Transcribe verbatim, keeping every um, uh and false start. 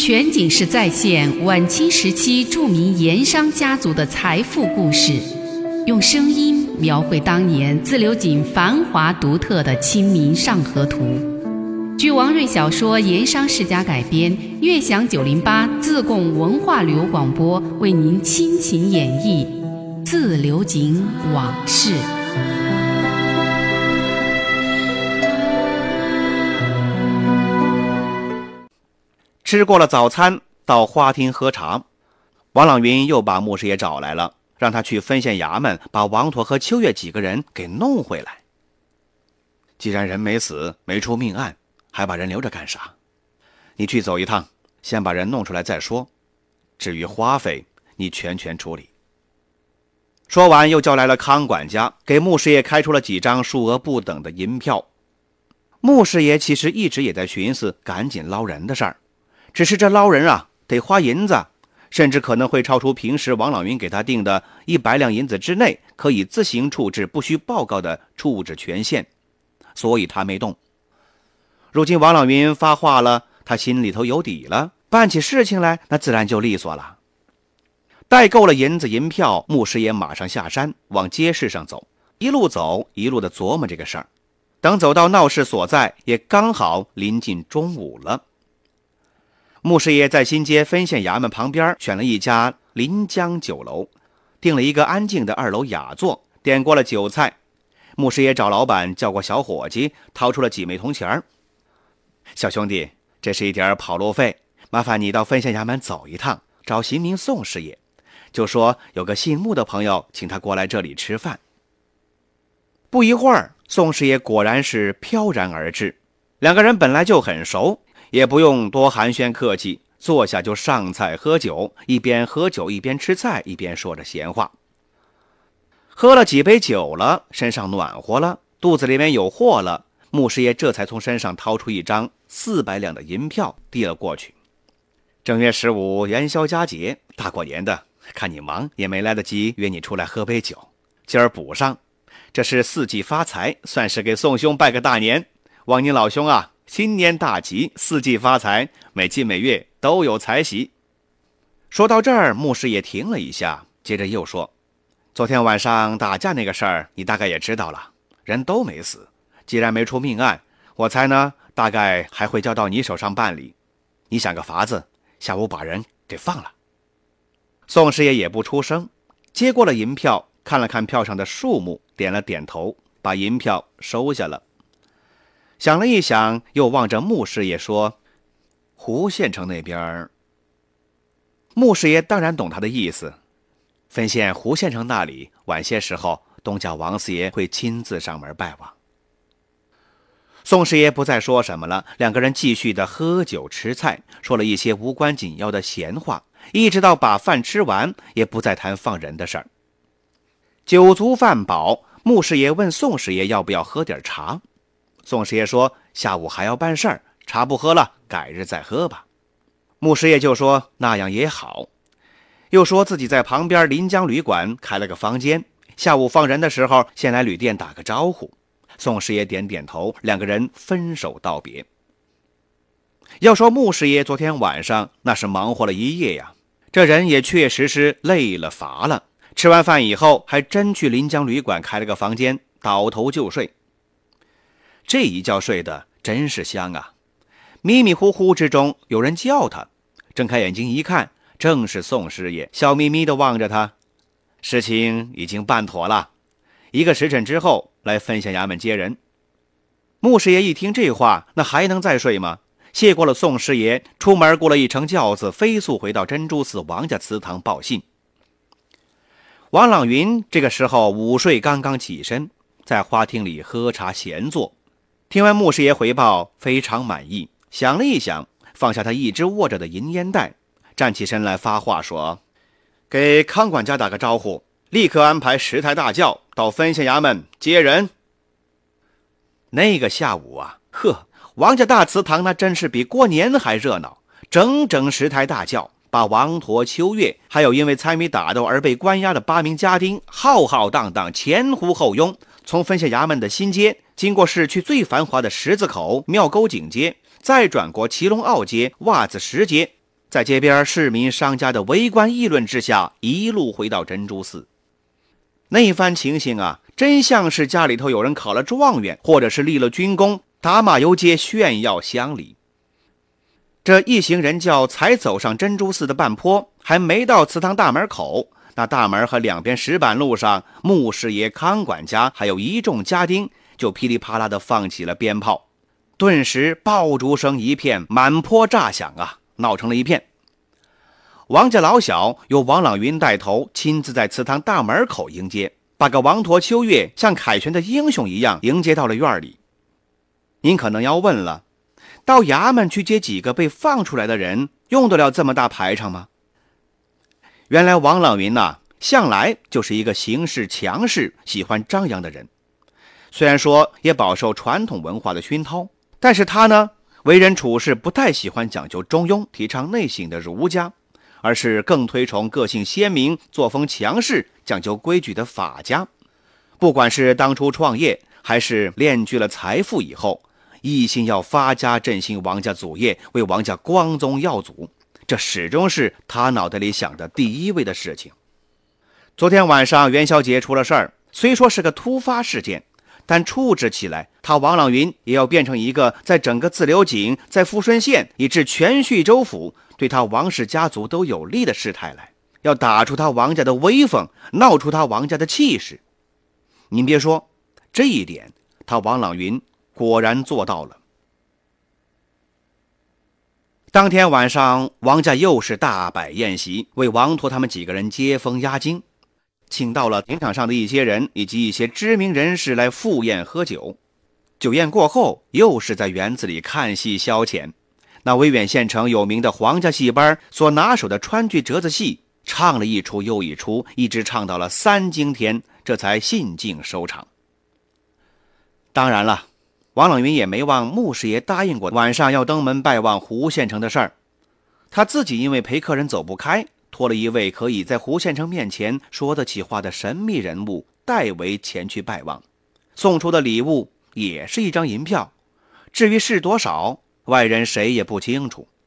全景式再现晚清时期著名盐商家族的财富故事，用声音描绘当年自流井繁华独特的《清明上河图》。据王瑞小说《盐商世家》改编，悦享九零八自贡文化旅游广播为您倾情演绎自流井往事。 吃过了早餐，到花厅喝茶，王朗云又把穆师爷找来了，让他去分县衙门把王陀和秋月几个人给弄回来。既然人没死，没出命案，还把人留着干啥？你去走一趟，先把人弄出来再说，至于花费，你全权处理。说完又叫来了康管家，给穆师爷开出了几张数额不等的银票。穆师爷其实一直也在寻思赶紧捞人的事儿，只是这捞人啊得花银子，甚至可能会超出平时王朗云给他定的一百两银子之内可以自行处置不需报告的处置权限，所以他没动。如今王朗云发话了，他心里头有底了，办起事情来那自然就利索了。带够了银子银票，穆师爷马上下山往街市上走，一路走一路的琢磨这个事儿。等走到闹市所在，也刚好临近中午了。穆师爷在新街分县衙门旁边选了一家临江酒楼，订了一个安静的二楼雅座，点过了酒菜。穆师爷找老板叫过小伙计，掏出了几枚铜钱。小兄弟，这是一点跑路费，麻烦你到分县衙门走一趟，找刑名宋师爷，就说有个姓穆的朋友请他过来这里吃饭。不一会儿，宋师爷果然是飘然而至，两个人本来就很熟，也不用多寒暄客气，坐下就上菜喝酒，一边喝酒一边吃菜，一边说着闲话。喝了几杯酒了，身上暖和了，肚子里面有货了，穆师爷这才从身上掏出一张四百两的银票递了过去。正月十五元宵佳节，大过年的，看你忙也没来得及约你出来喝杯酒，今儿补上，这是四季发财，算是给宋兄拜个大年。望您老兄啊，新年大吉，四季发财，每季每月都有财喜。说到这儿，穆师爷停了一下，接着又说，昨天晚上打架那个事儿你大概也知道了，人都没死，既然没出命案，我猜呢大概还会交到你手上办理，你想个法子，下午把人给放了。宋师爷也不出声，接过了银票，看了看票上的数目，点了点头，把银票收下了。想了一想，又望着穆师爷说，胡县城那边。穆师爷当然懂他的意思，分县胡县城那里晚些时候东家王四爷会亲自上门拜望。宋师爷不再说什么了，两个人继续的喝酒吃菜，说了一些无关紧要的闲话，一直到把饭吃完，也不再谈放人的事儿。酒足饭饱，穆师爷问宋师爷要不要喝点茶。宋师爷说下午还要办事儿，茶不喝了，改日再喝吧。穆师爷就说那样也好，又说自己在旁边临江旅馆开了个房间，下午放人的时候先来旅店打个招呼。宋师爷点点头，两个人分手道别。要说穆师爷昨天晚上那是忙活了一夜呀，这人也确实是累了乏了，吃完饭以后还真去临江旅馆开了个房间，倒头就睡。这一觉睡得真是香啊，迷迷糊糊之中有人叫他，睁开眼睛一看，正是宋师爷，笑眯眯地望着他。事情已经办妥了，一个时辰之后来分县衙门接人。穆师爷一听这话，那还能再睡吗？谢过了宋师爷，出门过了一乘轿子，飞速回到珍珠寺王家祠堂报信。王朗云这个时候午睡刚刚起身，在花厅里喝茶闲坐，听完穆师爷回报，非常满意，想了一想，放下他一直握着的银烟袋，站起身来发话说，给康管家打个招呼，立刻安排十台大轿到分县衙门接人。那个下午啊，呵，王家大祠堂那真是比过年还热闹，整整十台大轿把王陀、秋月还有因为参与打斗而被关押的八名家丁浩浩荡荡前呼后拥，从分县衙门的新街经过市区最繁华的十字口、庙沟井街，再转过祁龙坳街、袜子石街， 在街边市民商家的围观议论之下，一路回到珍珠寺。那番情形啊，真像是家里头有人考了状元，或者是立了军功，打马游街炫耀乡里。这一行人轿才走上珍珠寺的半坡，还没到祠堂大门口，那大门和两边石板路上，穆师爷、康管家还有一众家丁就噼里啪啦地放起了鞭炮，顿时爆竹声一片，满坡炸响啊，闹成了一片。王家老小由王朗云带头，亲自在祠堂大门口迎接，把个王陀秋月像凯旋的英雄一样迎接到了院里。您可能要问了，到衙门去接几个被放出来的人，用得了这么大排场吗？原来王朗云呐、啊，向来就是一个行事强势、喜欢张扬的人。虽然说也饱受传统文化的熏陶，但是他呢，为人处事不太喜欢讲究中庸，提倡内省的儒家，而是更推崇个性鲜明、作风强势、讲究规矩的法家。不管是当初创业，还是练聚了财富以后，一心要发家振兴王家祖业，为王家光宗耀祖，这始终是他脑袋里想的第一位的事情。昨天晚上元宵节出了事儿，虽说是个突发事件，但处置起来，他王朗云也要变成一个在整个自流井、在富顺县以至全叙州府对他王氏家族都有利的事态来，要打出他王家的威风，闹出他王家的气势。您别说，这一点他王朗云果然做到了。当天晚上，王家又是大摆宴席，为王陀他们几个人接风压惊，请到了庭场上的一些人以及一些知名人士来赴宴喝酒。酒宴过后，又是在园子里看戏消遣。那威远县城有名的皇家戏班所拿手的川剧折子戏，唱了一出又一出，一直唱到了三更天，这才兴尽收场。当然了，王朗云也没忘穆师爷答应过晚上要登门拜望胡县城的事儿。他自己因为陪客人走不开，托了一位可以在胡县城面前说得起话的神秘人物代为前去拜望，送出的礼物也是一张银票，至于是多少，外人谁也不清楚。